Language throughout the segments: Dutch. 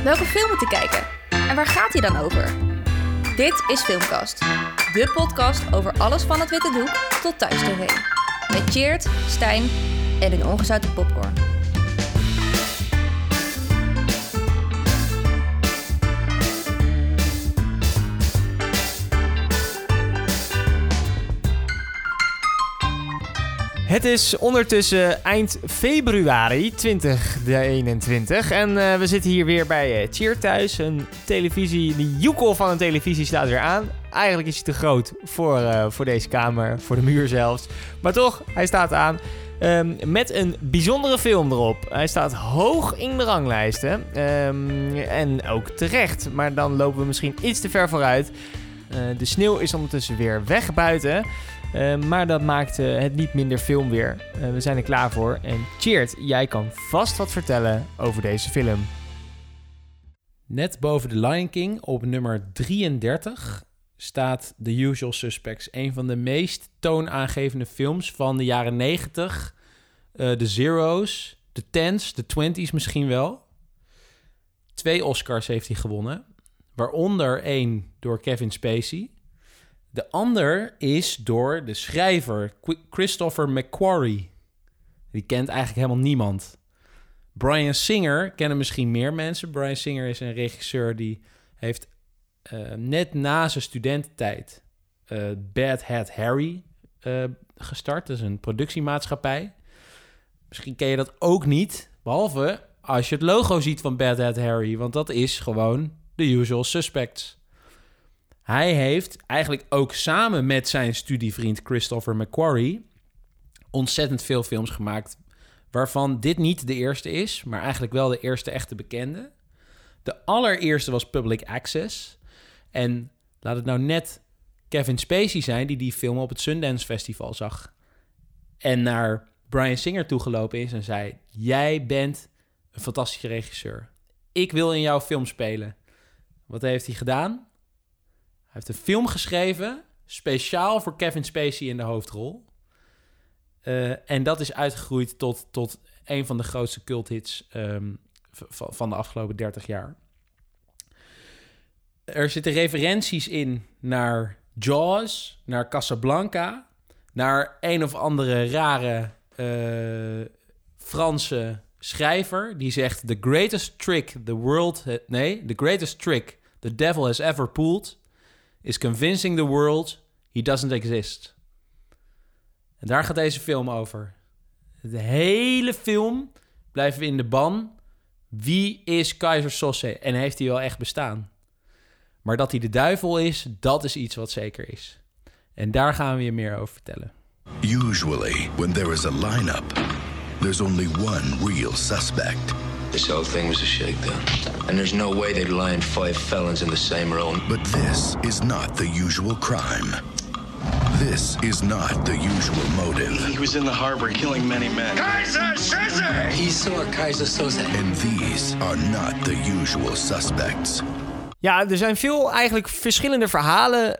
Welke film moet ik kijken? En waar gaat hij dan over? Dit is Filmkast, de podcast over alles van het witte doek tot thuis tv. Met Tjeerd, Stijn en een ongezouten popcorn. Het is ondertussen eind februari 2021 en we zitten hier weer bij Tjeerd thuis. Een televisie, de joekel van een televisie staat weer aan. Eigenlijk is hij te groot voor deze kamer, voor de muur zelfs. Maar toch, hij staat aan met een bijzondere film erop. Hij staat hoog in de ranglijsten en ook terecht. Maar dan lopen we misschien iets te ver vooruit. De sneeuw is ondertussen weer weg buiten. Maar dat maakt het niet minder film weer. We zijn er klaar voor. En Tjeerd, jij kan vast wat vertellen over deze film. Net boven The Lion King op nummer 33 staat The Usual Suspects. Een van de meest toonaangevende films van de jaren 90. De Zero's, de Tens, de 20's misschien wel. 2 Oscars heeft hij gewonnen. Waaronder 1 door Kevin Spacey. De ander is door de schrijver Christopher McQuarrie. Die kent eigenlijk helemaal niemand. Bryan Singer kennen misschien meer mensen. Bryan Singer is een regisseur die heeft net na zijn studententijd Bad Hat Harry gestart. Dat is een productiemaatschappij. Misschien ken je dat ook niet. Behalve als je het logo ziet van Bad Hat Harry. Want dat is gewoon The Usual Suspects. Hij heeft eigenlijk ook samen met zijn studievriend Christopher McQuarrie ontzettend veel films gemaakt, waarvan dit niet de eerste is, maar eigenlijk wel de eerste echte bekende. De allereerste was Public Access. En laat het nou net Kevin Spacey zijn die film op het Sundance Festival zag. En naar Bryan Singer toegelopen is en zei: jij bent een fantastische regisseur. Ik wil in jouw film spelen. Wat heeft hij gedaan? Hij heeft een film geschreven, speciaal voor Kevin Spacey in de hoofdrol. En dat is uitgegroeid tot een van de grootste culthits van de afgelopen 30 jaar. Er zitten referenties in naar Jaws, naar Casablanca, naar een of andere rare Franse schrijver die zegt: the greatest trick the devil has ever pulled is convincing the world he doesn't exist. En daar gaat deze film over. De hele film blijven we in de ban. Wie is Keyser Söze? En heeft hij wel echt bestaan? Maar dat hij de duivel is, dat is iets wat zeker is. En daar gaan we je meer over vertellen. Usually, when there is a lineup, there's only one real suspect. This whole thing was a shakedown. And there's no way they'd line 5 felons in the same room. But this is not the usual crime. This is not the usual motive. He was in the harbor killing many men. Keyser Söze! He saw Keyser Söze. And these are not the usual suspects. Ja, er zijn veel eigenlijk verschillende verhalen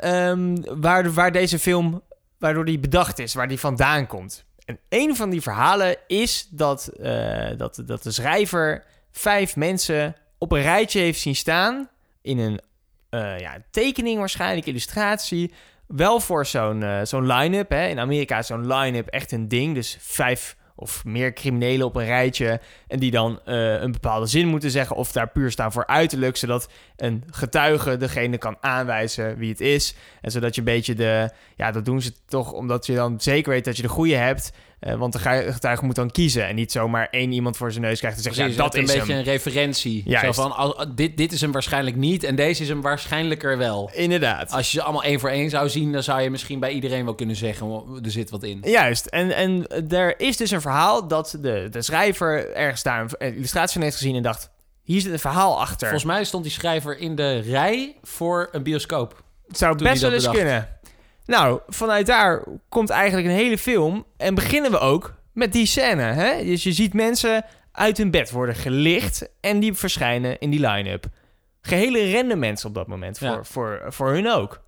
waar deze film, waardoor die bedacht is, waar die vandaan komt. En een van die verhalen is dat de schrijver 5 mensen op een rijtje heeft zien staan in een tekening waarschijnlijk, illustratie. Wel voor zo'n line-up. Hè. In Amerika is zo'n line-up echt een ding. Dus 5 of meer criminelen op een rijtje en die dan een bepaalde zin moeten zeggen of daar puur staan voor uiterlijk, zodat een getuige degene kan aanwijzen wie het is. En zodat je een beetje dat doen ze toch omdat je dan zeker weet dat je de goede hebt. Want de getuige moet dan kiezen en niet zomaar 1 iemand voor zijn neus krijgt en zegt: precies, ja, dat is een beetje een referentie. Zo van, dit is hem waarschijnlijk niet en deze is hem waarschijnlijker wel. Inderdaad. Als je ze allemaal 1 voor 1 zou zien, dan zou je misschien bij iedereen wel kunnen zeggen: er zit wat in. Juist. En er is dus een verhaal dat de schrijver ergens daar een illustratie van heeft gezien en dacht: hier zit een verhaal achter. Volgens mij stond die schrijver in de rij voor een bioscoop. Het zou best wel eens kunnen. Nou, vanuit daar komt eigenlijk een hele film. En beginnen we ook met die scène. Hè? Dus je ziet mensen uit hun bed worden gelicht en die verschijnen in die line-up. Gehele random mensen op dat moment. Ja. Voor hun ook.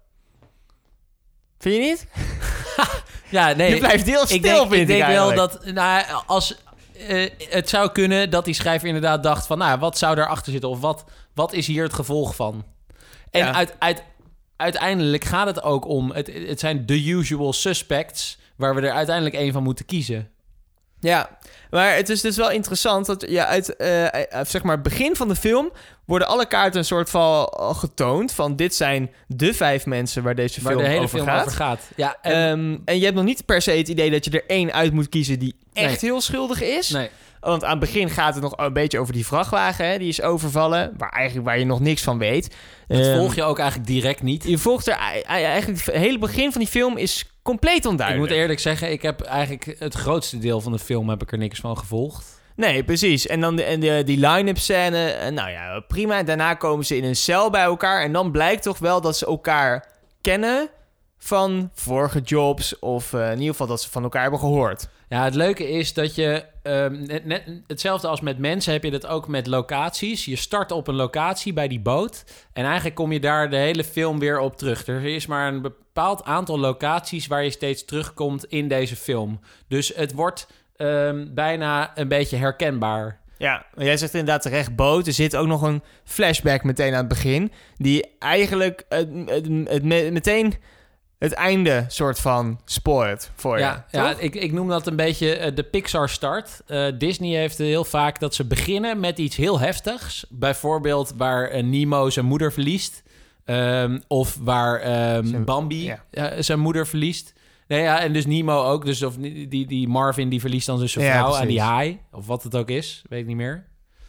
Vind je niet? Ja, nee. Je blijft heel stil, ik denk wel dat... Nou, het zou kunnen dat die schrijver inderdaad dacht van... nou, wat zou daarachter zitten? Of wat is hier het gevolg van? En uiteindelijk gaat het ook om... Het zijn the usual suspects... waar we er uiteindelijk één van moeten kiezen. Ja, maar het is dus wel interessant dat uit zeg maar begin van de film worden alle kaarten een soort van al getoond van dit zijn de 5 mensen waar deze film de hele over film gaat. over gaat. Ja, en je hebt nog niet per se het idee dat je er 1 uit moet kiezen die echt heel schuldig is. Nee. Want aan het begin gaat het nog een beetje over die vrachtwagen, hè, die is overvallen, waar je nog niks van weet. Dat volg je ook eigenlijk direct niet. Je volgt er eigenlijk het hele begin van die film is compleet onduidelijk. Ik moet eerlijk zeggen, ik heb eigenlijk het grootste deel van de film heb ik er niks van gevolgd. Nee, precies. En dan die line-up scène, nou ja, prima. Daarna komen ze in een cel bij elkaar en dan blijkt toch wel dat ze elkaar kennen van vorige jobs of in ieder geval dat ze van elkaar hebben gehoord. Ja, het leuke is dat je... net hetzelfde als met mensen heb je dat ook met locaties. Je start op een locatie bij die boot. En eigenlijk kom je daar de hele film weer op terug. Er is maar een bepaald aantal locaties waar je steeds terugkomt in deze film. Dus het wordt bijna een beetje herkenbaar. Ja, jij zegt inderdaad terecht boot. Er zit ook nog een flashback meteen aan het begin. Die eigenlijk meteen... het einde soort van spoort voor je. Ja, ik noem dat een beetje de Pixar-start. Disney heeft heel vaak dat ze beginnen met iets heel heftigs. Bijvoorbeeld waar Nemo zijn moeder verliest. Of waar Bambi zijn moeder verliest. Nee, ja, en dus Nemo ook. Dus of die Marvin die verliest dan dus zijn vrouw aan die haai. Of wat het ook is, weet ik niet meer.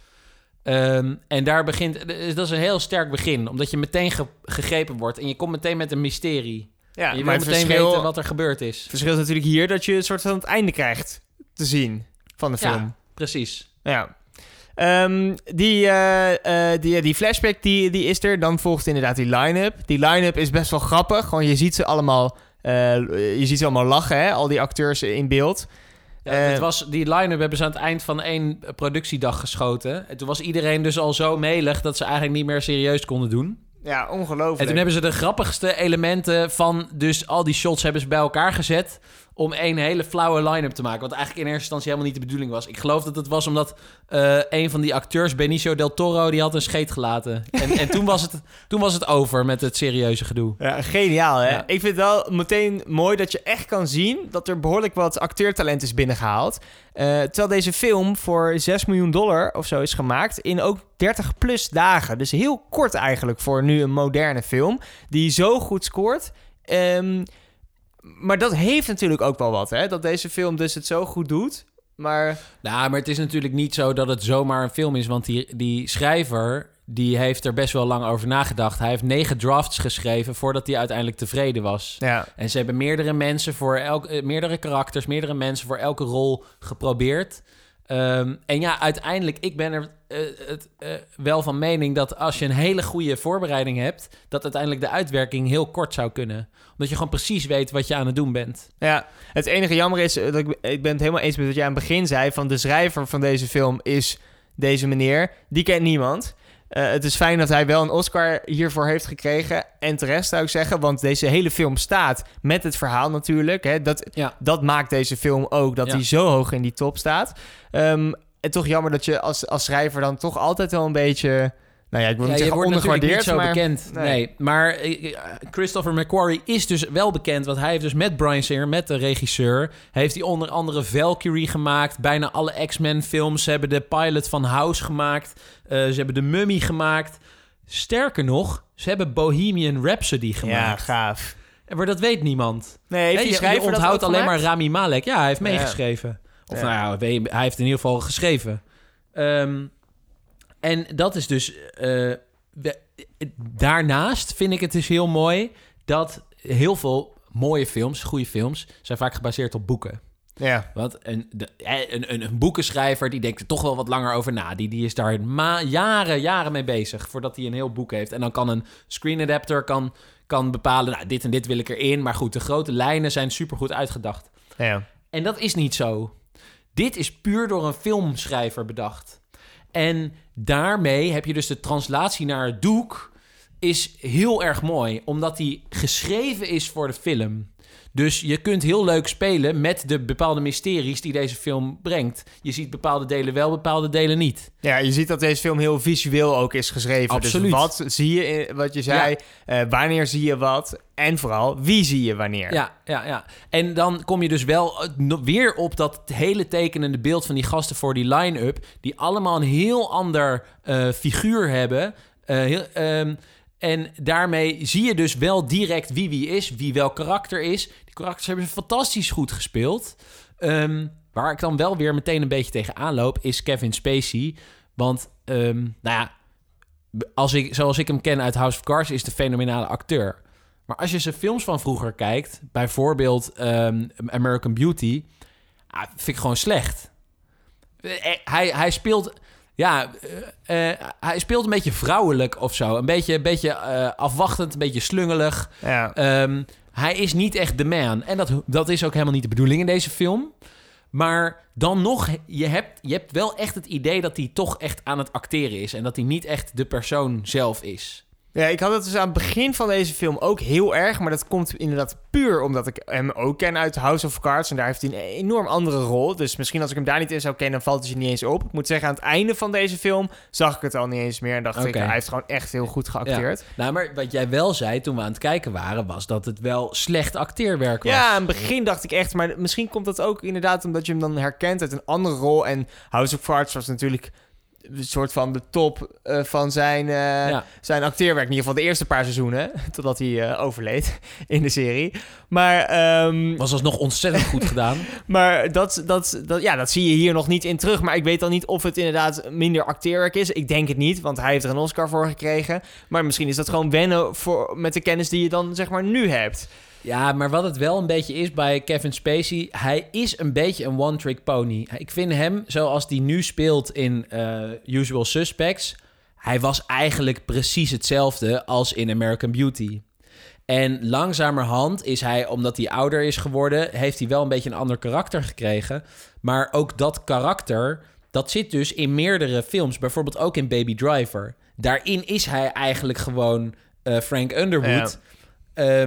En daar begint... Dat is een heel sterk begin. Omdat je meteen gegrepen wordt. En je komt meteen met een mysterie. Ja, je wil meteen weten wat er gebeurd is. Het verschil is natuurlijk hier dat je een soort van het einde krijgt te zien van de film. Ja, precies. Ja. Die flashback die is er. Dan volgt inderdaad die line-up. Die line-up is best wel grappig. Gewoon je ziet ze allemaal lachen, hè? Al die acteurs in beeld. Ja, die line-up hebben ze aan het eind van 1 productiedag geschoten. En toen was iedereen dus al zo melig dat ze eigenlijk niet meer serieus konden doen. Ja, ongelooflijk. En toen hebben ze de grappigste elementen van... dus al die shots hebben ze bij elkaar gezet... om 1 hele flauwe line-up te maken. Wat eigenlijk in eerste instantie helemaal niet de bedoeling was. Ik geloof dat het was omdat een van die acteurs... Benicio del Toro, die had een scheet gelaten. En toen was het over met het serieuze gedoe. Ja, geniaal, hè? Ja. Ik vind het wel meteen mooi dat je echt kan zien... dat er behoorlijk wat acteurtalent is binnengehaald. Terwijl deze film voor $6 miljoen of zo is gemaakt... in ook 30 plus dagen. Dus heel kort eigenlijk voor nu een moderne film... die zo goed scoort... Maar dat heeft natuurlijk ook wel wat, hè? Dat deze film dus het zo goed doet, maar... Nou, maar het is natuurlijk niet zo dat het zomaar een film is... want die schrijver, die heeft er best wel lang over nagedacht. Hij heeft 9 drafts geschreven voordat hij uiteindelijk tevreden was. Ja. En ze hebben meerdere mensen meerdere karakters, meerdere mensen voor elke rol geprobeerd... en ja, uiteindelijk, ik ben er wel van mening dat als je een hele goede voorbereiding hebt... dat uiteindelijk de uitwerking heel kort zou kunnen. Omdat je gewoon precies weet wat je aan het doen bent. Ja, het enige jammer is, dat ik ben het helemaal eens met wat jij aan het begin zei... van de schrijver van deze film is deze meneer. Die kent niemand. Het is fijn dat hij wel een Oscar hiervoor heeft gekregen. En terecht zou ik zeggen, want deze hele film staat met het verhaal natuurlijk. Hè? Dat maakt deze film ook, dat hij zo hoog in die top staat. En toch jammer dat je als schrijver dan toch altijd wel een beetje... Nou ja, ik wil niet zeggen ondergewaardeerd, niet zo bekend. Nee, maar Christopher McQuarrie is dus wel bekend... want hij heeft dus met Bryan Singer, met de regisseur... heeft hij onder andere Valkyrie gemaakt... bijna alle X-Men films. Ze hebben de pilot van House gemaakt. Ze hebben de Mummy gemaakt. Sterker nog, ze hebben Bohemian Rhapsody gemaakt. Ja, gaaf. Maar dat weet niemand. Nee, je onthoudt alleen maar Rami Malek. Ja, hij heeft meegeschreven. Of nou ja, hij heeft in ieder geval geschreven. En dat is dus... daarnaast vind ik het dus heel mooi... dat heel veel mooie films, goede films... zijn vaak gebaseerd op boeken. Ja. Want een boekenschrijver... die denkt er toch wel wat langer over na. Die is daar jaren mee bezig... voordat hij een heel boek heeft. En dan kan een screen adapter kan bepalen... nou, dit en dit wil ik erin. Maar goed, de grote lijnen zijn supergoed uitgedacht. Ja. En dat is niet zo. Dit is puur door een filmschrijver bedacht. En daarmee heb je dus de translatie naar het doek... is heel erg mooi, omdat die geschreven is voor de film. Dus je kunt heel leuk spelen met de bepaalde mysteries die deze film brengt. Je ziet bepaalde delen wel, bepaalde delen niet. Ja, je ziet dat deze film heel visueel ook is geschreven. Absoluut. Dus wat zie je, wat je zei, wanneer zie je wat en vooral wie zie je wanneer. Ja. En dan kom je dus wel weer op dat hele tekenende beeld van die gasten voor die line-up, die allemaal een heel ander figuur hebben. En daarmee zie je dus wel direct wie is, wie welk karakter is. Die karakters hebben ze fantastisch goed gespeeld. Waar ik dan wel weer meteen een beetje tegenaan loop, is Kevin Spacey. Want, zoals ik hem ken uit House of Cards, is de fenomenale acteur. Maar als je zijn films van vroeger kijkt, bijvoorbeeld American Beauty, vind ik gewoon slecht. Hij speelt... Ja, hij speelt een beetje vrouwelijk of zo. Een beetje afwachtend, een beetje slungelig. Ja. Hij is niet echt de man. En dat is ook helemaal niet de bedoeling in deze film. Maar dan nog, je hebt wel echt het idee dat hij toch echt aan het acteren is. En dat hij niet echt de persoon zelf is. Ja, ik had het dus aan het begin van deze film ook heel erg. Maar dat komt inderdaad puur omdat ik hem ook ken uit House of Cards. En daar heeft hij een enorm andere rol. Dus misschien als ik hem daar niet in zou kennen, dan valt hij er niet eens op. Ik moet zeggen, aan het einde van deze film zag ik het al niet eens meer. En dacht ik, hij heeft gewoon echt heel goed geacteerd. Ja. Nou, maar wat jij wel zei toen we aan het kijken waren, was dat het wel slecht acteerwerk was. Ja, aan het begin dacht ik echt. Maar misschien komt dat ook inderdaad omdat je hem dan herkent uit een andere rol. En House of Cards was natuurlijk een soort van de top van zijn acteerwerk. In ieder geval de eerste paar seizoenen. Totdat hij overleed in de serie. Maar was alsnog ontzettend goed gedaan. Maar dat zie je hier nog niet in terug. Maar ik weet dan niet of het inderdaad minder acteerwerk is. Ik denk het niet, want hij heeft er een Oscar voor gekregen. Maar misschien is dat gewoon wennen met de kennis die je dan zeg maar nu hebt. Ja, maar wat het wel een beetje is bij Kevin Spacey, hij is een beetje een one-trick pony. Ik vind hem, zoals hij nu speelt in Usual Suspects, hij was eigenlijk precies hetzelfde als in American Beauty. En langzamerhand is hij, omdat hij ouder is geworden, heeft hij wel een beetje een ander karakter gekregen. Maar ook dat karakter, dat zit dus in meerdere films. Bijvoorbeeld ook in Baby Driver. Daarin is hij eigenlijk gewoon Frank Underwood. Ja.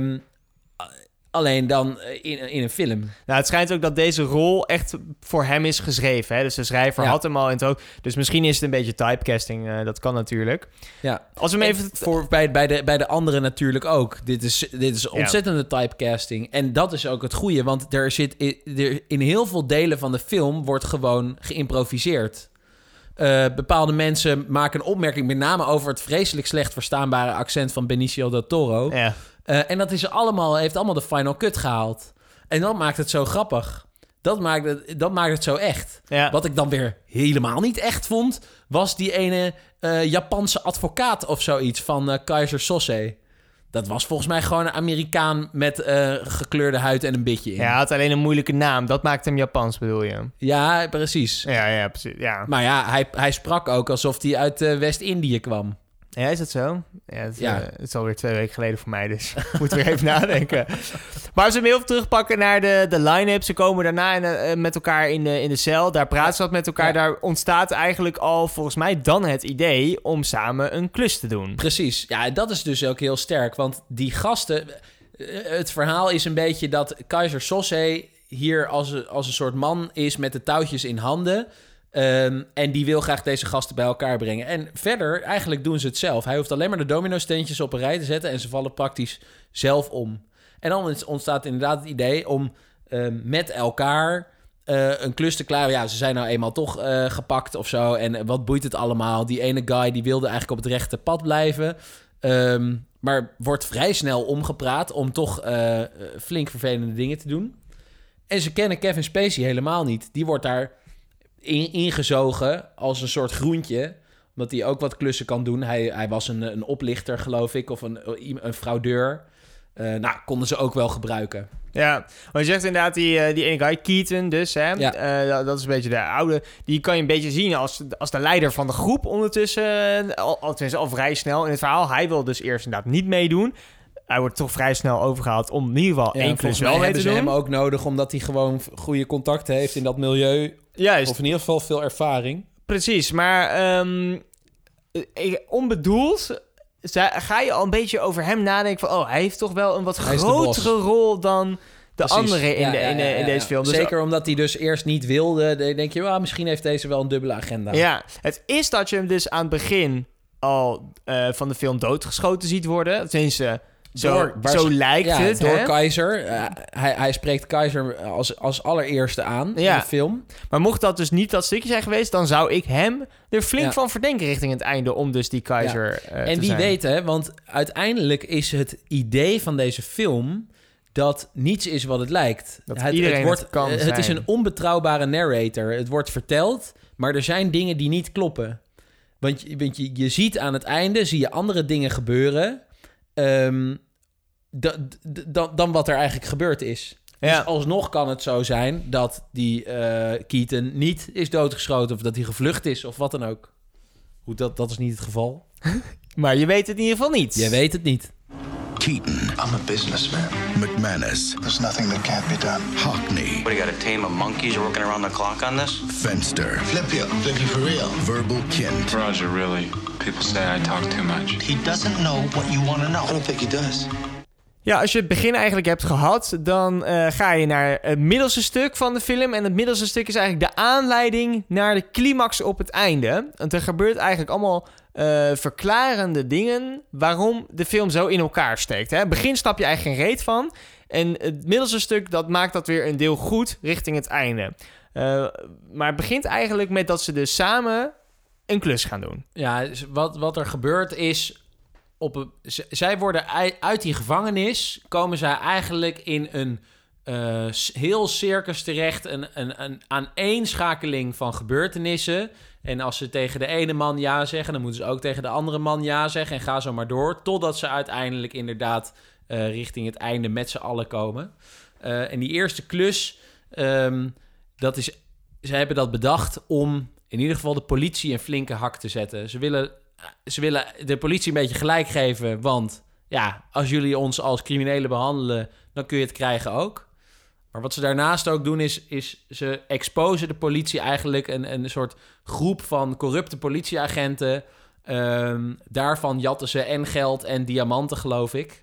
Alleen dan in een film. Nou, het schijnt ook dat deze rol echt voor hem is geschreven. Hè? Dus de schrijver had hem al in het hoofd. Dus misschien is het een beetje typecasting. Dat kan natuurlijk. Ja. Als we hem even bij de anderen natuurlijk ook. Dit is ontzettende typecasting. En dat is ook het goede. Want er in heel veel delen van de film wordt gewoon geïmproviseerd. Bepaalde mensen maken een opmerking, met name over het vreselijk slecht verstaanbare accent van Benicio del Toro. Ja. En dat heeft allemaal de final cut gehaald. En dat maakt het zo grappig. Dat maakt het zo echt. Ja. Wat ik dan weer helemaal niet echt vond, was die ene Japanse advocaat of zoiets van Kaiser Sose. Dat was volgens mij gewoon een Amerikaan met gekleurde huid en een bitje in. Ja, hij had alleen een moeilijke naam. Dat maakt hem Japans, bedoel je? Ja, precies. Ja, precies. Ja. Maar ja, hij sprak ook alsof hij uit West-Indië kwam. Ja, is dat zo? Ja, het is alweer 2 weken geleden voor mij, dus moet weer even nadenken. Maar als we hem heel even terugpakken naar de line-up. Ze komen daarna met elkaar in de cel. Daar praten ze wat met elkaar. Ja. Daar ontstaat eigenlijk al volgens mij dan het idee om samen een klus te doen. Precies. Ja, dat is dus ook heel sterk. Want die gasten... Het verhaal is een beetje dat Kaiser Sose hier als een soort man is met de touwtjes in handen... en die wil graag deze gasten bij elkaar brengen. En verder, eigenlijk doen ze het zelf. Hij hoeft alleen maar de domino-steentjes op een rij te zetten... en ze vallen praktisch zelf om. En dan ontstaat inderdaad het idee om met elkaar een klus te klaren. Ja, ze zijn nou eenmaal toch gepakt of zo. En wat boeit het allemaal? Die ene guy die wilde eigenlijk op het rechte pad blijven... maar wordt vrij snel omgepraat om toch flink vervelende dingen te doen. En ze kennen Kevin Spacey helemaal niet. Die wordt daar... ingezogen als een soort groentje, omdat hij ook wat klussen kan doen. Hij was een oplichter, geloof ik, of een fraudeur. Konden ze ook wel gebruiken. Ja, maar je zegt inderdaad die ene guy, Keaton dus, hè? Ja. Dat is een beetje de oude. Die kan je een beetje zien als de leider van de groep ondertussen. Al vrij snel in het verhaal. Hij wil dus eerst inderdaad niet meedoen. Hij wordt toch vrij snel overgehaald om in ieder geval één klus wel mee te doen. Hebben ze hem ook nodig omdat hij gewoon goede contacten heeft in dat milieu. Juist. Of in ieder geval veel ervaring. Precies, maar onbedoeld ga je al een beetje over hem nadenken van... hij heeft toch wel een wat grotere rol andere in deze film. Dus zeker omdat hij dus eerst niet wilde. Dan denk je, misschien heeft deze wel een dubbele agenda. Ja, het is dat je hem dus aan het begin al van de film doodgeschoten ziet worden. Tenminste, zo lijkt het. Door hè? Keizer. Hij spreekt Keizer als allereerste aan in de film. Maar mocht dat dus niet dat stukje zijn geweest, dan zou ik hem er flink van verdenken richting het einde om dus die Keizer En wie weet, hè, want uiteindelijk is het idee van deze film dat niets is wat het lijkt. Het is een onbetrouwbare narrator. Het wordt verteld, maar er zijn dingen die niet kloppen. Want je ziet aan het einde, zie je andere dingen gebeuren dan wat er eigenlijk gebeurd is. Dus alsnog kan het zo zijn dat die Keaton niet is doodgeschoten of dat hij gevlucht is of wat dan ook. Dat is niet het geval. Maar je weet het in ieder geval niet. Je weet het niet. Keaton. I'm a businessman. McManus. There's nothing that can't be done. Hockney. What, you got a team of monkeys working around the clock on this? Fenster. Flip you for real. Verbal Kint. Roger, really. People say I talk too much. He doesn't know what you want to know. I don't think he does. Ja, als je het begin eigenlijk hebt gehad, dan ga je naar het middelste stuk van de film. En het middelste stuk is eigenlijk de aanleiding naar de climax op het einde. Want er gebeurt eigenlijk allemaal verklarende dingen waarom de film zo in elkaar steekt. Hè? Begin snap je eigenlijk geen reet van. En het middelste stuk, dat maakt dat weer een deel goed richting het einde. Maar het begint eigenlijk met dat ze dus samen een klus gaan doen. Ja, dus wat er gebeurt is... zij worden uit die gevangenis, komen zij eigenlijk in een heel circus terecht. Een aaneenschakeling van gebeurtenissen. En als ze tegen de ene man ja zeggen, dan moeten ze ook tegen de andere man ja zeggen. En ga zo maar door, totdat ze uiteindelijk inderdaad richting het einde met z'n allen komen. En die eerste klus, ze hebben dat bedacht om in ieder geval de politie een flinke hak te zetten. Ze willen de politie een beetje gelijk geven, want ja, als jullie ons als criminelen behandelen, dan kun je het krijgen ook. Maar wat ze daarnaast ook doen is ze exposen de politie eigenlijk een soort groep van corrupte politieagenten. Daarvan jatten ze en geld en diamanten, geloof ik.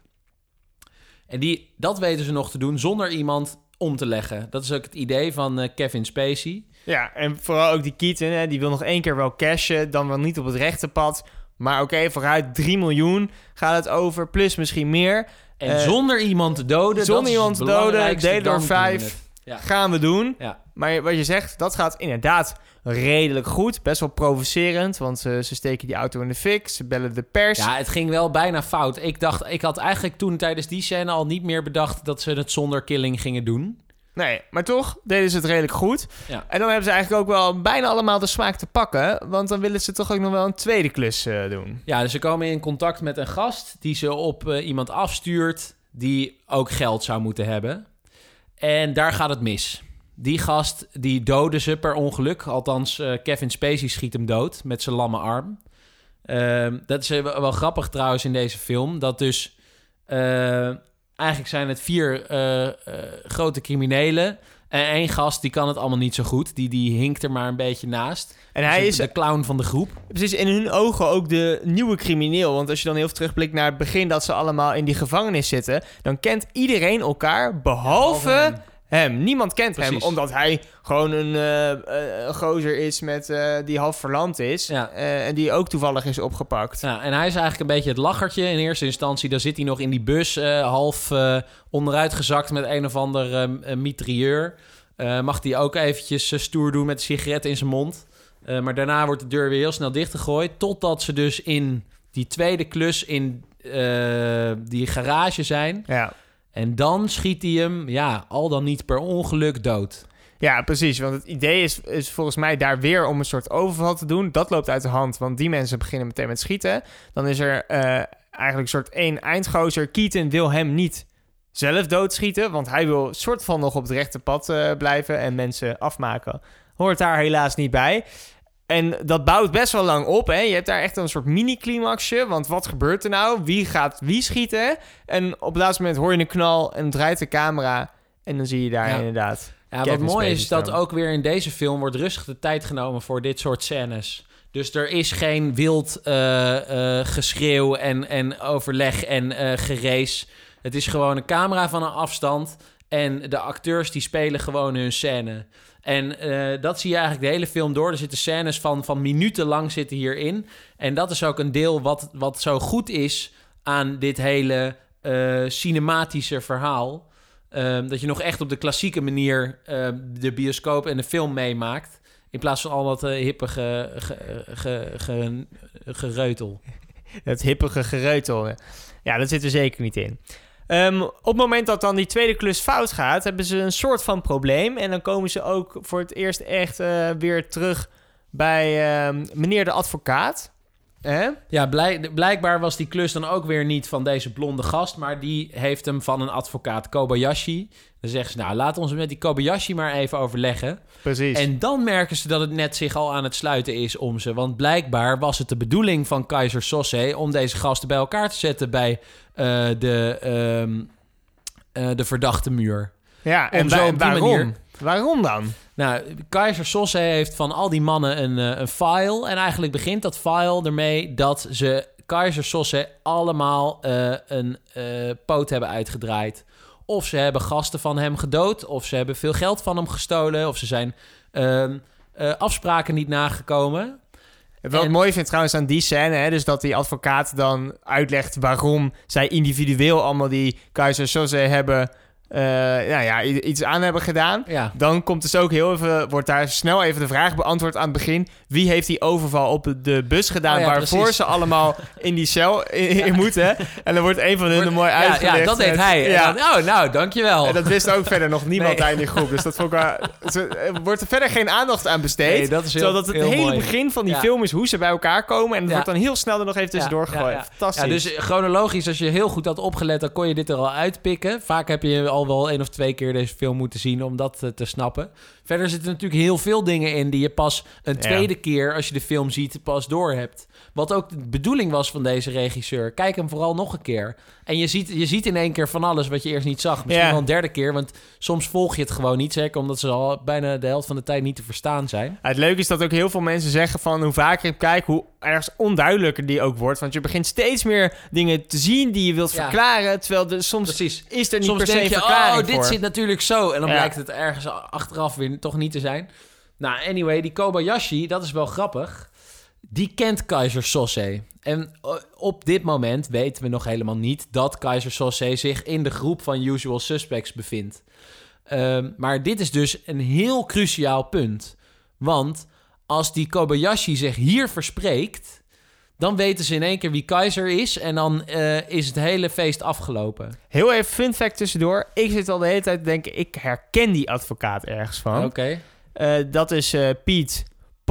En dat weten ze nog te doen zonder iemand om te leggen. Dat is ook het idee van Kevin Spacey. Ja, en vooral ook die Keaton, hè, die wil nog 1 keer wel cashen, dan wel niet op het rechte pad. Maar oké, vooruit 3 miljoen gaat het over, plus misschien meer. En zonder iemand te doden. Zonder iemand te doden, delen door 5, gaan we doen. Ja. Maar wat je zegt, dat gaat inderdaad redelijk goed. Best wel provocerend, want ze steken die auto in de fik. Ze bellen de pers. Ja, het ging wel bijna fout. Ik had eigenlijk toen tijdens die scène al niet meer bedacht dat ze het zonder killing gingen doen. Nee, maar toch deden ze het redelijk goed. Ja. En dan hebben ze eigenlijk ook wel bijna allemaal de smaak te pakken. Want dan willen ze toch ook nog wel een tweede klus doen. Ja, dus ze komen in contact met een gast die ze op iemand afstuurt die ook geld zou moeten hebben. En daar gaat het mis. Die gast, die doden ze per ongeluk. Althans, Kevin Spacey schiet hem dood met zijn lamme arm. Dat is wel grappig trouwens in deze film. Dat dus... eigenlijk zijn het 4 grote criminelen. En 1 gast, die kan het allemaal niet zo goed. Die hinkt er maar een beetje naast. En hij is de clown van de groep. Precies, in hun ogen ook de nieuwe crimineel. Want als je dan heel veel terugblikt naar het begin dat ze allemaal in die gevangenis zitten, dan kent iedereen elkaar, behalve hem. Niemand kent hem, omdat hij gewoon een gozer is met die half verlamd is. Ja. En die ook toevallig is opgepakt. Ja, en hij is eigenlijk een beetje het lachertje. In eerste instantie, daar zit hij nog in die bus, half onderuitgezakt met een of ander mitrailleur. Mag hij ook eventjes stoer doen met een sigaret in zijn mond. Maar daarna wordt de deur weer heel snel dichtgegooid. Totdat ze dus in die tweede klus in die garage zijn. Ja. En dan schiet hij hem, al dan niet per ongeluk dood. Ja, precies. Want het idee is volgens mij daar weer om een soort overval te doen. Dat loopt uit de hand, want die mensen beginnen meteen met schieten. Dan is er eigenlijk een soort 1 eindgozer. Keaton wil hem niet zelf doodschieten, want hij wil soort van nog op het rechte pad blijven en mensen afmaken. Hoort daar helaas niet bij. En dat bouwt best wel lang op, hè. Je hebt daar echt een soort mini-climaxje. Want wat gebeurt er nou? Wie gaat wie schieten? En op het laatste moment hoor je een knal en draait de camera. En dan zie je daar inderdaad... Ja, wat mooi is dat ook weer in deze film wordt rustig de tijd genomen voor dit soort scènes. Dus er is geen wild geschreeuw en overleg en gerace. Het is gewoon een camera van een afstand. En de acteurs die spelen gewoon hun scène. En dat zie je eigenlijk de hele film door. Er zitten scènes van minuten lang zitten hierin. En dat is ook een deel wat zo goed is aan dit hele cinematische verhaal. Dat je nog echt op de klassieke manier de bioscoop en de film meemaakt. In plaats van al dat hippige gereutel. Het hippige gereutel. Ja, dat zit er zeker niet in. Op het moment dat dan die tweede klus fout gaat, hebben ze een soort van probleem. En dan komen ze ook voor het eerst echt weer terug bij meneer de advocaat. Ja, blijkbaar was die klus dan ook weer niet van deze blonde gast, maar die heeft hem van een advocaat, Kobayashi. Dan zeggen ze, nou, laten we ons met die Kobayashi maar even overleggen. Precies. En dan merken ze dat het net zich al aan het sluiten is om ze. Want blijkbaar was het de bedoeling van Keyser Söze om deze gasten bij elkaar te zetten bij de verdachte muur. Ja, en waarom? Waarom dan? Nou, Keyser Söze heeft van al die mannen een file. En eigenlijk begint dat file ermee dat ze Keyser Söze allemaal een poot hebben uitgedraaid. Of ze hebben gasten van hem gedood. Of ze hebben veel geld van hem gestolen. Of ze zijn afspraken niet nagekomen. Wat ik mooi vind trouwens aan die scène, hè, dus dat die advocaat dan uitlegt waarom zij individueel allemaal die Keyser Söze hebben iets aan hebben gedaan. Ja. Dan komt dus ook wordt daar snel even de vraag beantwoord aan het begin. Wie heeft die overval op de bus gedaan waarvoor precies. Ze allemaal in die cel in moeten? En dan wordt een van hun mooi uitgelegd. Ja, dat deed hij. Ja. En dan, dankjewel. En dat wist ook verder nog niemand in die groep. Dus dat vond ik wel... Er wordt er verder geen aandacht aan besteed. Nee, dat is zodat het hele mooi. Begin van die film is hoe ze bij elkaar komen. En het wordt dan heel snel er nog even tussendoor gegooid. Fantastisch. Ja, dus chronologisch, als je heel goed had opgelet, dan kon je dit er al uitpikken. Vaak heb je al wel 1 of 2 keer deze film moeten zien om dat te snappen. Verder zitten natuurlijk heel veel dingen in die je pas een tweede keer, als je de film ziet, pas door hebt. Wat ook de bedoeling was van deze regisseur. Kijk hem vooral nog een keer. En je ziet in één keer van alles wat je eerst niet zag. Misschien wel een derde keer, want soms volg je het gewoon niet. Zeker omdat ze al bijna de helft van de tijd niet te verstaan zijn. Het leuke is dat ook heel veel mensen zeggen van hoe vaker ik kijk, hoe ergens onduidelijker die ook wordt. Want je begint steeds meer dingen te zien die je wilt verklaren. Terwijl soms is er niet per se een verklaring voor. Dit zit natuurlijk zo. En dan blijkt het ergens achteraf weer toch niet te zijn. Nou, anyway, die Kobayashi, dat is wel grappig. Die kent Keyser Söze. En op dit moment weten we nog helemaal niet dat Keyser Söze zich in de groep van Usual Suspects bevindt. Maar dit is dus een heel cruciaal punt. Want als die Kobayashi zich hier verspreekt, dan weten ze in één keer wie Keyser is. En dan is het hele feest afgelopen. Heel even fun fact tussendoor. Ik zit al de hele tijd te denken, ik herken die advocaat ergens van. Oké. Dat is Piet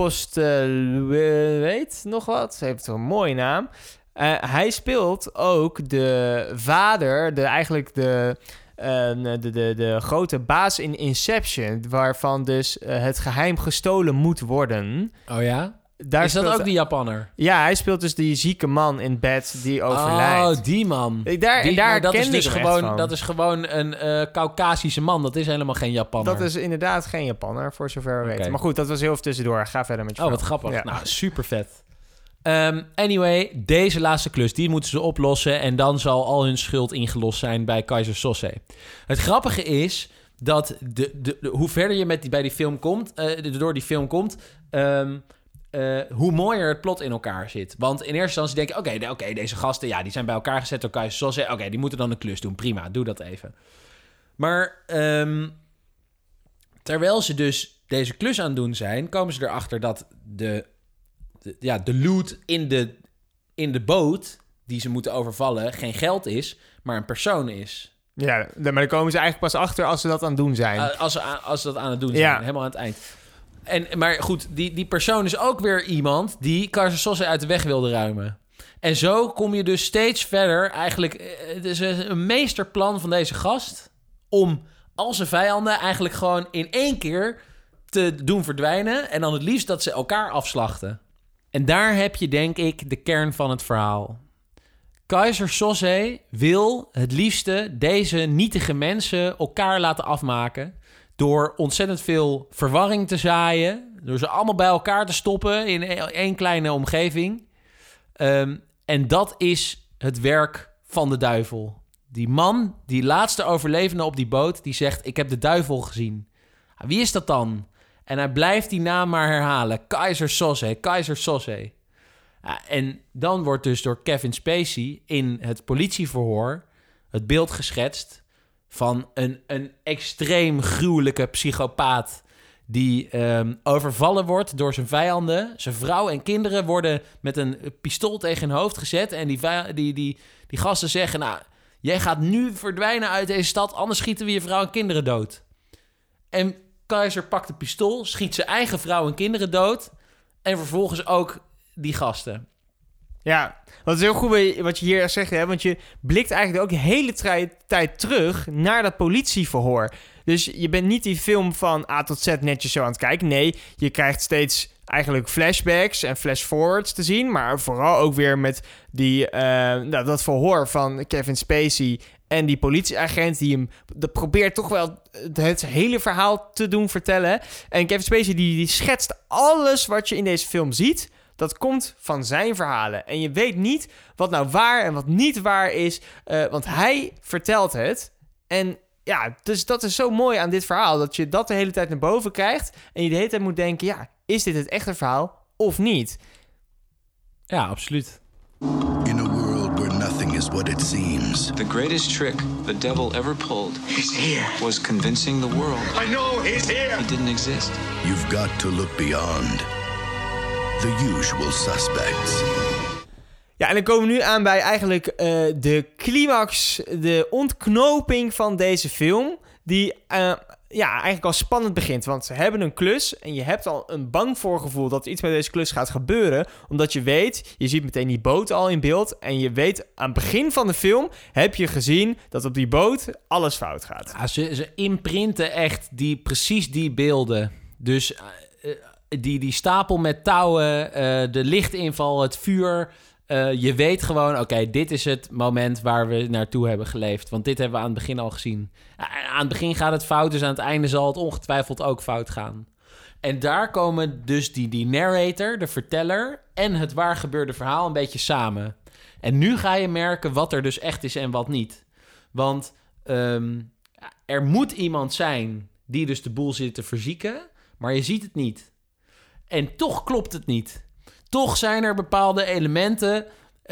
weet nog wat. Ze heeft een mooie naam. Hij speelt ook de vader, de grote baas in Inception, waarvan dus het geheim gestolen moet worden. Oh ja? Is dat ook die Japanner? Ja, hij speelt dus die zieke man in bed die overlijdt. Oh, die man. Dat is gewoon een Caucasische man. Dat is helemaal geen Japanner. Dat is inderdaad geen Japanner, voor zover we weten. Maar goed, dat was heel even tussendoor. Ga verder met je wat grappig. Ja. Nou, super vet. Anyway, deze laatste klus, die moeten ze oplossen. En dan zal al hun schuld ingelost zijn bij Keyser Söze. Het grappige is dat hoe verder je bij die film komt, door die film komt, hoe mooier het plot in elkaar zit. Want in eerste instantie denk je, oké, deze gasten, die zijn bij elkaar gezet door Keyser Söze. Oké, die moeten dan een klus doen. Prima, doe dat even. Maar terwijl ze dus deze klus aan het doen zijn, komen ze erachter dat de loot in de boot die ze moeten overvallen geen geld is, maar een persoon is. Ja, maar dan komen ze eigenlijk pas achter als ze dat aan het doen zijn. Als ze dat aan het doen zijn, helemaal aan het eind. Maar goed, die persoon is ook weer iemand die Keyser Söze uit de weg wilde ruimen. En zo kom je dus steeds verder. Eigenlijk, het is een meesterplan van deze gast om al zijn vijanden eigenlijk gewoon in één keer te doen verdwijnen. En dan het liefst dat ze elkaar afslachten. En daar heb je, denk ik, de kern van het verhaal. Keyser Söze wil het liefste deze nietige mensen elkaar laten afmaken door ontzettend veel verwarring te zaaien, door ze allemaal bij elkaar te stoppen in één kleine omgeving. En dat is het werk van de duivel. die man, die laatste overlevende op die boot, die zegt, ik heb de duivel gezien. Wie is dat dan? En hij blijft die naam maar herhalen. Kaiser Soze, Kaiser Soze. En dan wordt dus door Kevin Spacey in het politieverhoor het beeld geschetst van een extreem gruwelijke psychopaat die overvallen wordt door zijn vijanden. Zijn vrouw en kinderen worden met een pistool tegen hun hoofd gezet. En die gasten zeggen, nou, jij gaat nu verdwijnen uit deze stad, anders schieten we je vrouw en kinderen dood. En Kaiser pakt de pistool, schiet zijn eigen vrouw en kinderen dood en vervolgens ook die gasten. Ja, wat is heel goed wat je hier zegt, hè? Want je blikt eigenlijk ook de hele tijd terug naar dat politieverhoor. Dus je bent niet die film van A tot Z netjes zo aan het kijken. Nee, je krijgt steeds eigenlijk flashbacks en flashforwards te zien. Maar vooral ook weer met dat verhoor van Kevin Spacey en die politieagent die hem probeert toch wel het hele verhaal te doen vertellen. En Kevin Spacey die schetst alles wat je in deze film ziet. Dat komt van zijn verhalen. En je weet niet wat nou waar en wat niet waar is. Want hij vertelt het. En ja, dus dat is zo mooi aan dit verhaal. Dat je dat de hele tijd naar boven krijgt. En je de hele tijd moet denken, ja, is dit het echte verhaal of niet? Ja, absoluut. In a world where nothing is what it seems. The greatest trick the devil ever pulled was convincing the world I know he's here. he didn't exist. You've got to look beyond the usual suspects. Ja, en dan komen we nu aan bij eigenlijk de climax, de ontknoping van deze film. Die eigenlijk al spannend begint. Want ze hebben een klus en je hebt al een bang voorgevoel dat er iets met deze klus gaat gebeuren. Omdat je weet, je ziet meteen die boot al in beeld. En je weet, aan het begin van de film heb je gezien dat op die boot alles fout gaat. Ja, ze imprinten echt precies die beelden. Dus die stapel met touwen, de lichtinval, het vuur. Je weet gewoon, oké, dit is het moment waar we naartoe hebben geleefd. Want dit hebben we aan het begin al gezien. Aan het begin gaat het fout, dus aan het einde zal het ongetwijfeld ook fout gaan. En daar komen dus die narrator, de verteller en het waar gebeurde verhaal een beetje samen. En nu ga je merken wat er dus echt is en wat niet. Want er moet iemand zijn die dus de boel zit te verzieken, maar je ziet het niet. En toch klopt het niet. Toch zijn er bepaalde elementen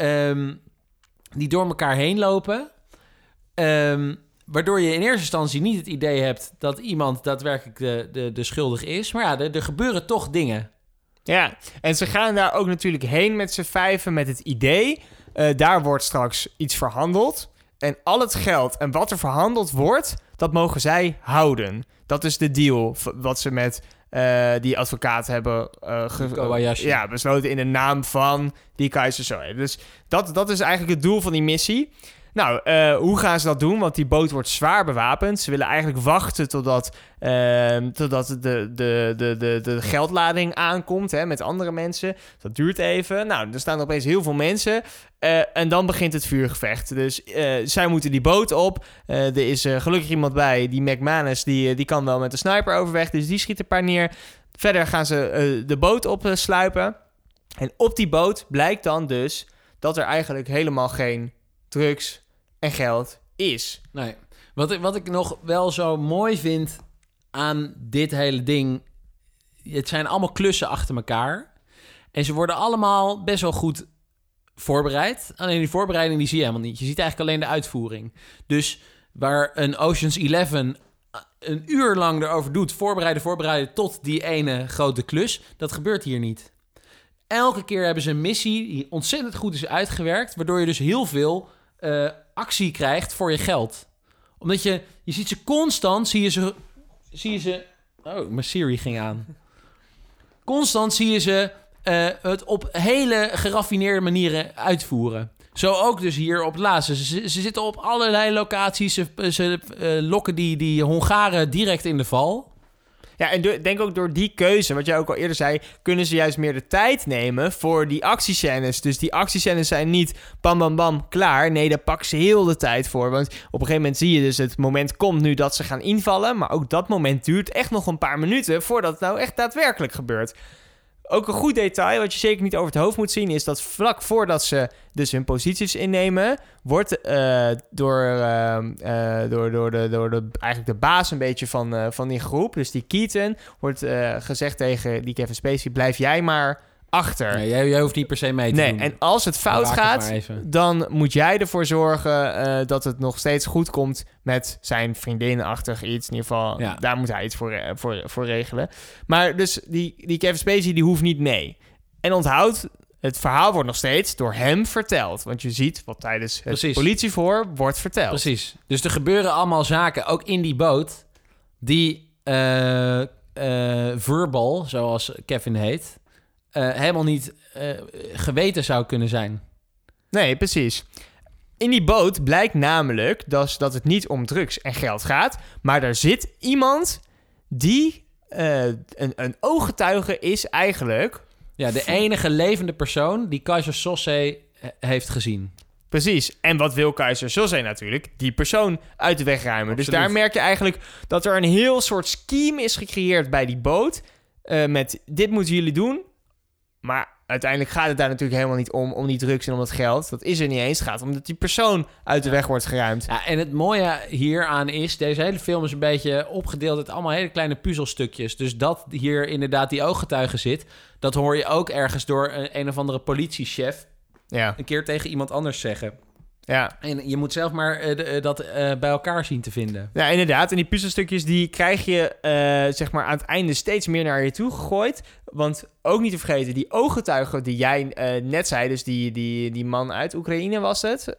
die door elkaar heen lopen. Waardoor je in eerste instantie niet het idee hebt dat iemand daadwerkelijk de schuldige is. Maar ja, er gebeuren toch dingen. Ja, en ze gaan daar ook natuurlijk heen met z'n vijven met het idee. Daar wordt straks iets verhandeld. En al het geld en wat er verhandeld wordt, dat mogen zij houden. Dat is de deal wat ze met die advocaat hebben besloten in de naam van die Kaiser Soze. Dus dat is eigenlijk het doel van die missie. Nou, hoe gaan ze dat doen? Want die boot wordt zwaar bewapend. Ze willen eigenlijk wachten totdat de geldlading aankomt, hè, met andere mensen. Dat duurt even. Nou, er staan opeens heel veel mensen. En dan begint het vuurgevecht. Dus zij moeten die boot op. Er is gelukkig iemand bij. Die McManus, die kan wel met de sniper overweg. Dus die schiet een paar neer. Verder gaan ze de boot opsluipen. En op die boot blijkt dan dus dat er eigenlijk helemaal geen drugs en geld is. Nee. Wat ik nog wel zo mooi vind aan dit hele ding, het zijn allemaal klussen achter elkaar. En ze worden allemaal best wel goed voorbereid. Alleen die voorbereiding die zie je helemaal niet. Je ziet eigenlijk alleen de uitvoering. Dus waar een Ocean's 11 een uur lang erover doet, voorbereiden tot die ene grote klus, dat gebeurt hier niet. Elke keer hebben ze een missie die ontzettend goed is uitgewerkt, waardoor je dus heel veel actie krijgt voor je geld. Omdat je ziet ze constant, zie je ze... Oh, mijn Siri ging aan. Constant zie je ze het op hele geraffineerde manieren uitvoeren. Zo ook dus hier op het laatste. Ze zitten op allerlei locaties. Ze lokken die Hongaren direct in de val. Ja, en denk ook door die keuze, wat jij ook al eerder zei, kunnen ze juist meer de tijd nemen voor die actiescènes. Dus die actiescènes zijn niet bam, bam, bam, klaar. Nee, daar pakken ze heel de tijd voor. Want op een gegeven moment zie je dus het moment komt nu dat ze gaan invallen. Maar ook dat moment duurt echt nog een paar minuten voordat het nou echt daadwerkelijk gebeurt. ook een goed detail, wat je zeker niet over het hoofd moet zien, is dat vlak voordat ze dus hun posities innemen, wordt door eigenlijk de baas een beetje van die groep, dus die Keaton, wordt gezegd tegen die Kevin Spacey, blijf jij maar achter. Nee, jij hoeft niet per se mee te doen. En als het fout gaat, dan moet jij ervoor zorgen dat het nog steeds goed komt met zijn vriendin-achtig iets. In ieder geval, daar moet hij iets voor regelen. Maar dus die Kevin Spacey, die hoeft niet mee. En onthoud, het verhaal wordt nog steeds door hem verteld. Want je ziet wat tijdens het politieverhoor wordt verteld. Precies. Dus er gebeuren allemaal zaken, ook in die boot, die verbal, zoals Kevin heet, helemaal niet geweten zou kunnen zijn. Nee, precies. In die boot blijkt namelijk dat het niet om drugs en geld gaat, maar daar zit iemand die een ooggetuige is eigenlijk. Ja, de enige levende persoon die Keyser Söze heeft gezien. Precies. En wat wil Keyser Söze natuurlijk? Die persoon uit de weg ruimen. Absoluut. Dus daar merk je eigenlijk dat er een heel soort scheme is gecreëerd bij die boot. Met dit moeten jullie doen. Maar uiteindelijk gaat het daar natuurlijk helemaal niet om die drugs en om dat geld. Dat is er niet eens. Het gaat om dat die persoon uit de weg wordt geruimd. Ja, en het mooie hieraan is, deze hele film is een beetje opgedeeld uit allemaal hele kleine puzzelstukjes. Dus dat hier inderdaad die ooggetuige zit, dat hoor je ook ergens door een of andere politiechef een keer tegen iemand anders zeggen. Ja. En je moet zelf maar dat bij elkaar zien te vinden. Ja, inderdaad. En die puzzelstukjes die krijg je zeg maar aan het einde steeds meer naar je toe gegooid. Want ook niet te vergeten, die ooggetuige die jij net zei, dus die man uit Oekraïne was het?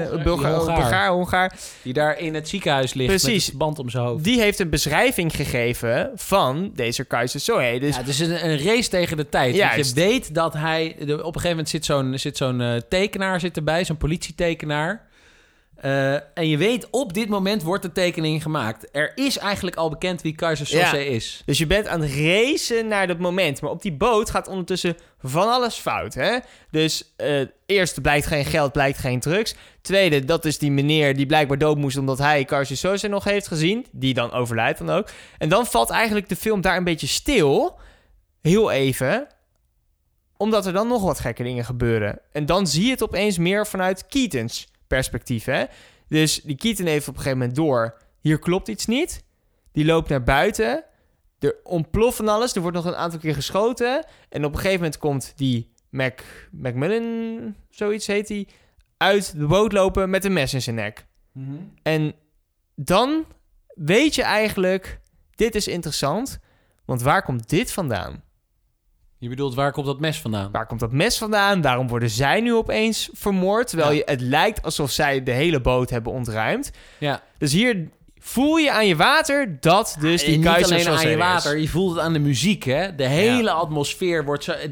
Hongaar. Die daar in het ziekenhuis ligt. Precies. Met het band om zijn hoofd. Die heeft een beschrijving gegeven van deze Keyser Söze. Dus het is een race tegen de tijd. Want je weet dat hij... Op een gegeven moment zit zo'n tekenaar erbij, zo'n politietekenaar. En je weet, op dit moment wordt de tekening gemaakt. Er is eigenlijk al bekend wie Keyser Söze is. Dus je bent aan het racen naar dat moment. Maar op die boot gaat ondertussen van alles fout. Hè? Dus eerst blijkt geen geld, blijkt geen drugs. Tweede, dat is die meneer die blijkbaar dood moest omdat hij Keyser Söze nog heeft gezien. Die dan overlijdt dan ook. En dan valt eigenlijk de film daar een beetje stil. Heel even. Omdat er dan nog wat gekke dingen gebeuren. En dan zie je het opeens meer vanuit Keatons perspectief, hè? Dus die Keaton heeft op een gegeven moment door, hier klopt iets niet. Die loopt naar buiten. Er ontploft van alles. Er wordt nog een aantal keer geschoten. En op een gegeven moment komt die Macmillan, zoiets heet hij, uit de boot lopen met een mes in zijn nek. Mm-hmm. En dan weet je eigenlijk, dit is interessant. Want waar komt dit vandaan? Je bedoelt, waar komt dat mes vandaan? Waar komt dat mes vandaan? Waarom worden zij nu opeens vermoord? Terwijl het lijkt alsof zij de hele boot hebben ontruimd. Ja. Dus hier voel je aan je water dat dus die Keyser Söze is. Niet alleen aan je water, je voelt het aan de muziek, hè? De hele atmosfeer wordt zo...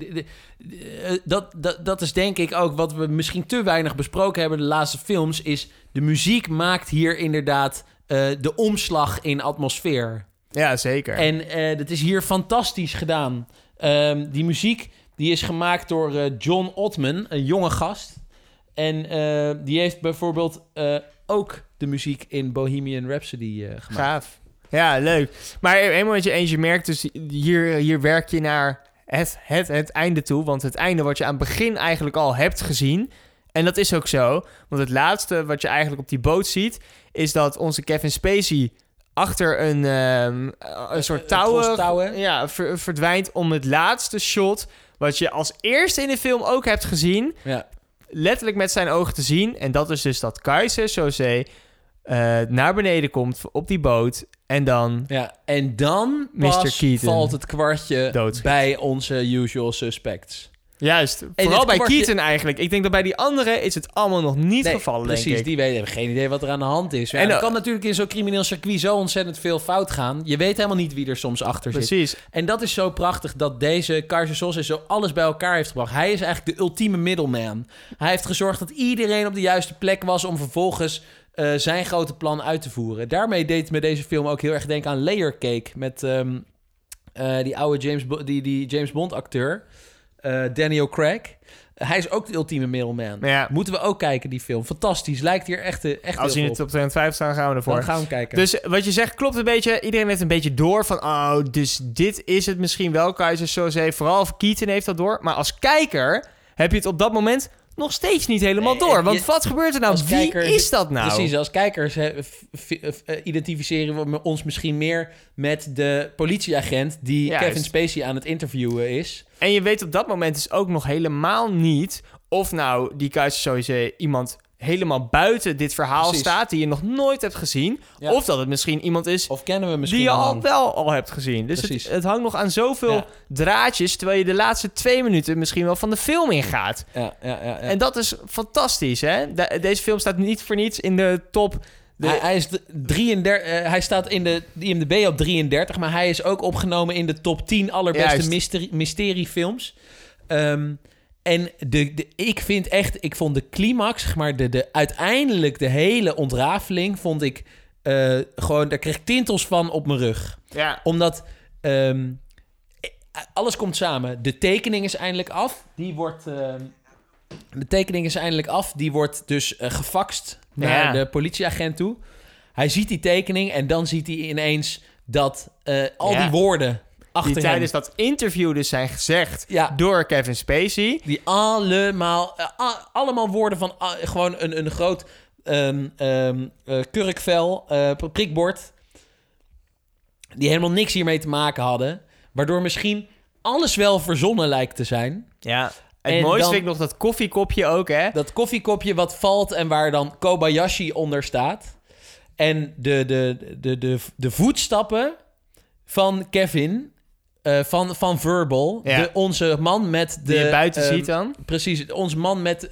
Dat is denk ik ook wat we misschien te weinig besproken hebben de laatste films, is de muziek maakt hier inderdaad de omslag in atmosfeer. Ja, zeker. En dat is hier fantastisch gedaan. Die muziek die is gemaakt door John Ottman, een jonge gast. En die heeft bijvoorbeeld ook de muziek in Bohemian Rhapsody gemaakt. Gaaf. Ja, leuk. Maar helemaal wat je eens, je merkt dus hier werk je naar het einde toe. Want het einde wat je aan het begin eigenlijk al hebt gezien. En dat is ook zo. Want het laatste wat je eigenlijk op die boot ziet, is dat onze Kevin Spacey achter een soort touwen verdwijnt om het laatste shot, wat je als eerste in de film ook hebt gezien, letterlijk met zijn ogen te zien. En dat is dus dat Keyser Söze naar beneden komt op die boot en dan... Ja, en dan pas valt het kwartje doodschiet bij onze usual suspects. Juist, vooral bij Keaton eigenlijk. Ik denk dat bij die anderen is het allemaal nog niet gevallen, precies, denk ik. Die hebben geen idee wat er aan de hand is. Ja, en er kan natuurlijk in zo'n crimineel circuit zo ontzettend veel fout gaan. Je weet helemaal niet wie er soms achter zit. Precies. En dat is zo prachtig dat deze Keyser Söze zo alles bij elkaar heeft gebracht. Hij is eigenlijk de ultieme middleman. Hij heeft gezorgd dat iedereen op de juiste plek was om vervolgens zijn grote plan uit te voeren. Daarmee deed me deze film ook heel erg denken aan Layer Cake met die oude James Bond acteur. Daniel Craig. Hij is ook de ultieme mailman. Ja. Moeten we ook kijken, die film. Fantastisch. Lijkt hier echt Als heel we in veel de op. top 205 staan, gaan we ervoor. Dan gaan we hem kijken. Dus wat je zegt klopt een beetje. Iedereen heeft een beetje door van... Oh, dus dit is het misschien wel. Kaiser Soze, vooral Keaton heeft dat door. Maar als kijker heb je het op dat moment nog steeds niet helemaal door. Want wat gebeurt er nou? als Wie kijker is dat nou? Precies, als kijkers identificeren we ons misschien meer met de politieagent die Juist. Kevin Spacey aan het interviewen is. En je weet op dat moment dus ook nog helemaal niet... of nou die Kaiser Soze iemand helemaal buiten dit verhaal Precies. staat... die je nog nooit hebt gezien. Ja. Of dat het misschien iemand is... Of kennen we misschien die je al al hebt gezien. Dus Precies. het hangt nog aan zoveel draadjes... terwijl je de laatste 2 minuten misschien wel van de film ingaat. Ja. En dat is fantastisch, hè? Deze film staat niet voor niets in de top... Hij is 33, hij staat in de IMDb op 33... maar hij is ook opgenomen in de top 10 allerbeste mysteriefilms. En ik vond de climax, zeg maar, uiteindelijk de hele ontrafeling... vond ik gewoon, daar kreeg ik tintels van op mijn rug. Ja. Omdat alles komt samen. De tekening is eindelijk af. Die wordt dus gefaxt naar de politieagent toe. Hij ziet die tekening en dan ziet hij ineens dat die woorden achter die hem... tijdens dat interview dus zijn gezegd Ja. door Kevin Spacey. Die allemaal woorden van gewoon een groot kurkvel, prikbord... die helemaal niks hiermee te maken hadden. Waardoor misschien alles wel verzonnen lijkt te zijn. Ja. Het En mooiste dan- vind ik nog dat koffiekopje ook, hè? Dat koffiekopje wat valt en waar dan Kobayashi onder staat. En de voetstappen van Kevin, van Verbal. Ja. Onze man met de... Die je buiten ziet dan. Precies, onze man met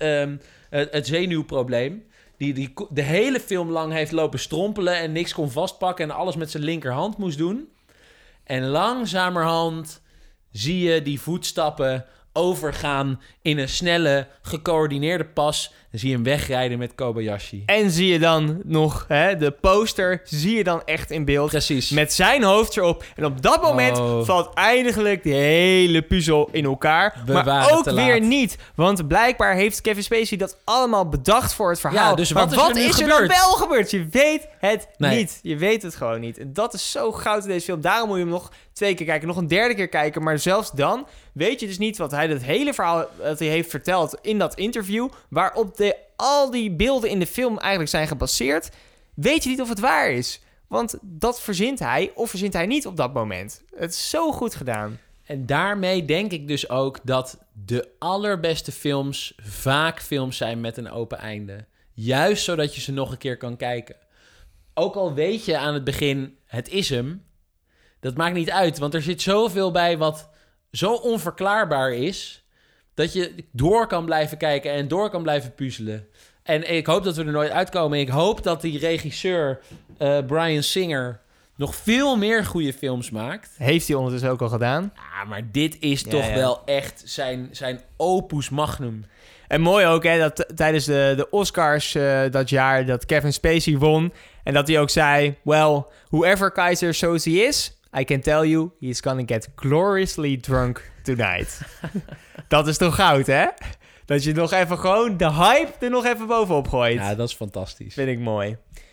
het zenuwprobleem. Die de hele film lang heeft lopen strompelen en niks kon vastpakken en alles met zijn linkerhand moest doen. En langzamerhand zie je die voetstappen overgaan in een snelle, gecoördineerde pas. Dan zie je hem wegrijden met Kobayashi. En zie je dan nog, hè, de poster zie je dan echt in beeld. Precies. Met zijn hoofd erop. En op dat moment valt eindelijk de hele puzzel in elkaar. We maar waren ook te weer laat. niet. Want blijkbaar heeft Kevin Spacey dat allemaal bedacht voor het verhaal. Ja, dus maar wat is wat er nu is er dan gebeurd? wel gebeurd? Je weet het Nee. niet. Je weet het gewoon niet. En dat is zo goud in deze film. Daarom moet je hem nog 2 keer kijken. Nog een 3e keer kijken. Maar zelfs dan weet je dus niet wat hij dat hele verhaal dat hij heeft verteld in dat interview. Waarop al die beelden in de film eigenlijk zijn gebaseerd. Weet je niet of het waar is. Want dat verzint hij of verzint hij niet op dat moment. Het is zo goed gedaan. En daarmee denk ik dus ook dat de allerbeste films vaak films zijn met een open einde. Juist zodat je ze nog een keer kan kijken. Ook al weet je aan het begin, het is hem. Dat maakt niet uit, want er zit zoveel bij wat zo onverklaarbaar is, dat je door kan blijven kijken en door kan blijven puzzelen. En ik hoop dat we er nooit uitkomen. Ik hoop dat die regisseur Bryan Singer nog veel meer goede films maakt. Heeft hij ondertussen ook al gedaan. Ja, maar dit is toch wel echt zijn opus magnum. En mooi ook, hè, dat tijdens de Oscars dat jaar dat Kevin Spacey won. En dat hij ook zei, well, whoever Kaiser Soze is, I can tell you, he's gonna get gloriously drunk tonight. Dat is toch goud, hè? Dat je nog even gewoon de hype er nog even bovenop gooit. Ja, dat is fantastisch. Vind ik mooi.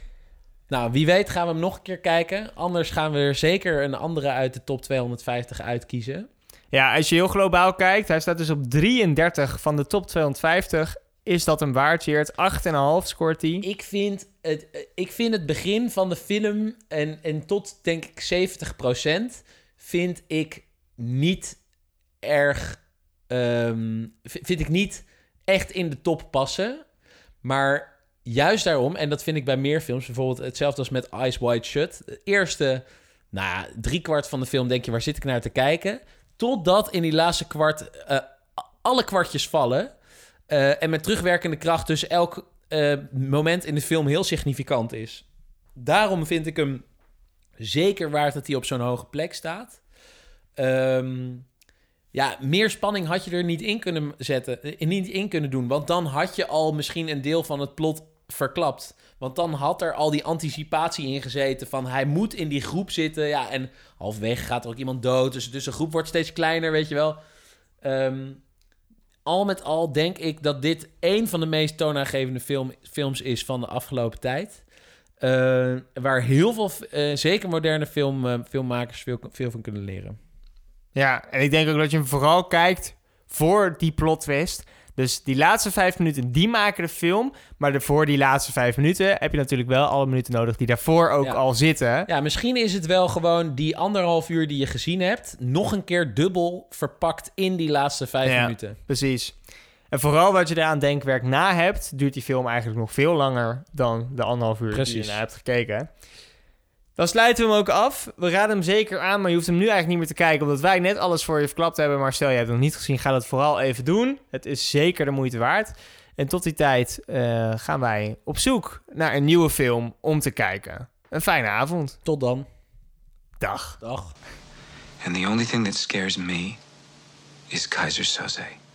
Nou, wie weet gaan we hem nog een keer kijken. Anders gaan we er zeker een andere uit de top 250 uitkiezen. Ja, als je heel globaal kijkt, hij staat dus op 33 van de top 250. Is dat een waard, Jeert? 8,5 scoort hij. Ik vind het begin van de film en tot, denk ik, 70% vind ik niet erg... vind ik niet echt in de top passen. Maar juist daarom, en dat vind ik bij meer films, bijvoorbeeld hetzelfde als met Eyes Wide Shut. De eerste, 3/4 van de film denk je, waar zit ik naar te kijken? Totdat in die laatste kwart alle kwartjes vallen. En met terugwerkende kracht dus elk moment in de film heel significant is. Daarom vind ik hem zeker waard dat hij op zo'n hoge plek staat. Meer spanning had je er niet in kunnen zetten, niet in kunnen doen. Want dan had je al misschien een deel van het plot verklapt. Want dan had er al die anticipatie in gezeten van hij moet in die groep zitten. Ja, en halfweg gaat er ook iemand dood. Dus de groep wordt steeds kleiner, weet je wel. al met al denk ik dat dit een van de meest toonaangevende films is van de afgelopen tijd. Waar heel veel, zeker moderne filmmakers, veel van kunnen leren. Ja, en ik denk ook dat je hem vooral kijkt voor die plot twist. Dus die laatste 5 minuten, die maken de film. Maar voor die laatste 5 minuten heb je natuurlijk wel alle minuten nodig die daarvoor ook al zitten. Ja, misschien is het wel gewoon die 1,5 uur die je gezien hebt, nog een keer dubbel verpakt in die laatste 5 minuten. Precies. En vooral wat je eraan denkwerk na hebt, duurt die film eigenlijk nog veel langer dan de 1,5 uur die je naar hebt gekeken. Dan sluiten we hem ook af. We raden hem zeker aan, maar je hoeft hem nu eigenlijk niet meer te kijken, omdat wij net alles voor je verklapt hebben. Maar stel je hebt het nog niet gezien, ga dat vooral even doen. Het is zeker de moeite waard. En tot die tijd gaan wij op zoek naar een nieuwe film om te kijken. Een fijne avond. Tot dan. Dag. Dag. And the only thing that scares me is Kaiser Soze.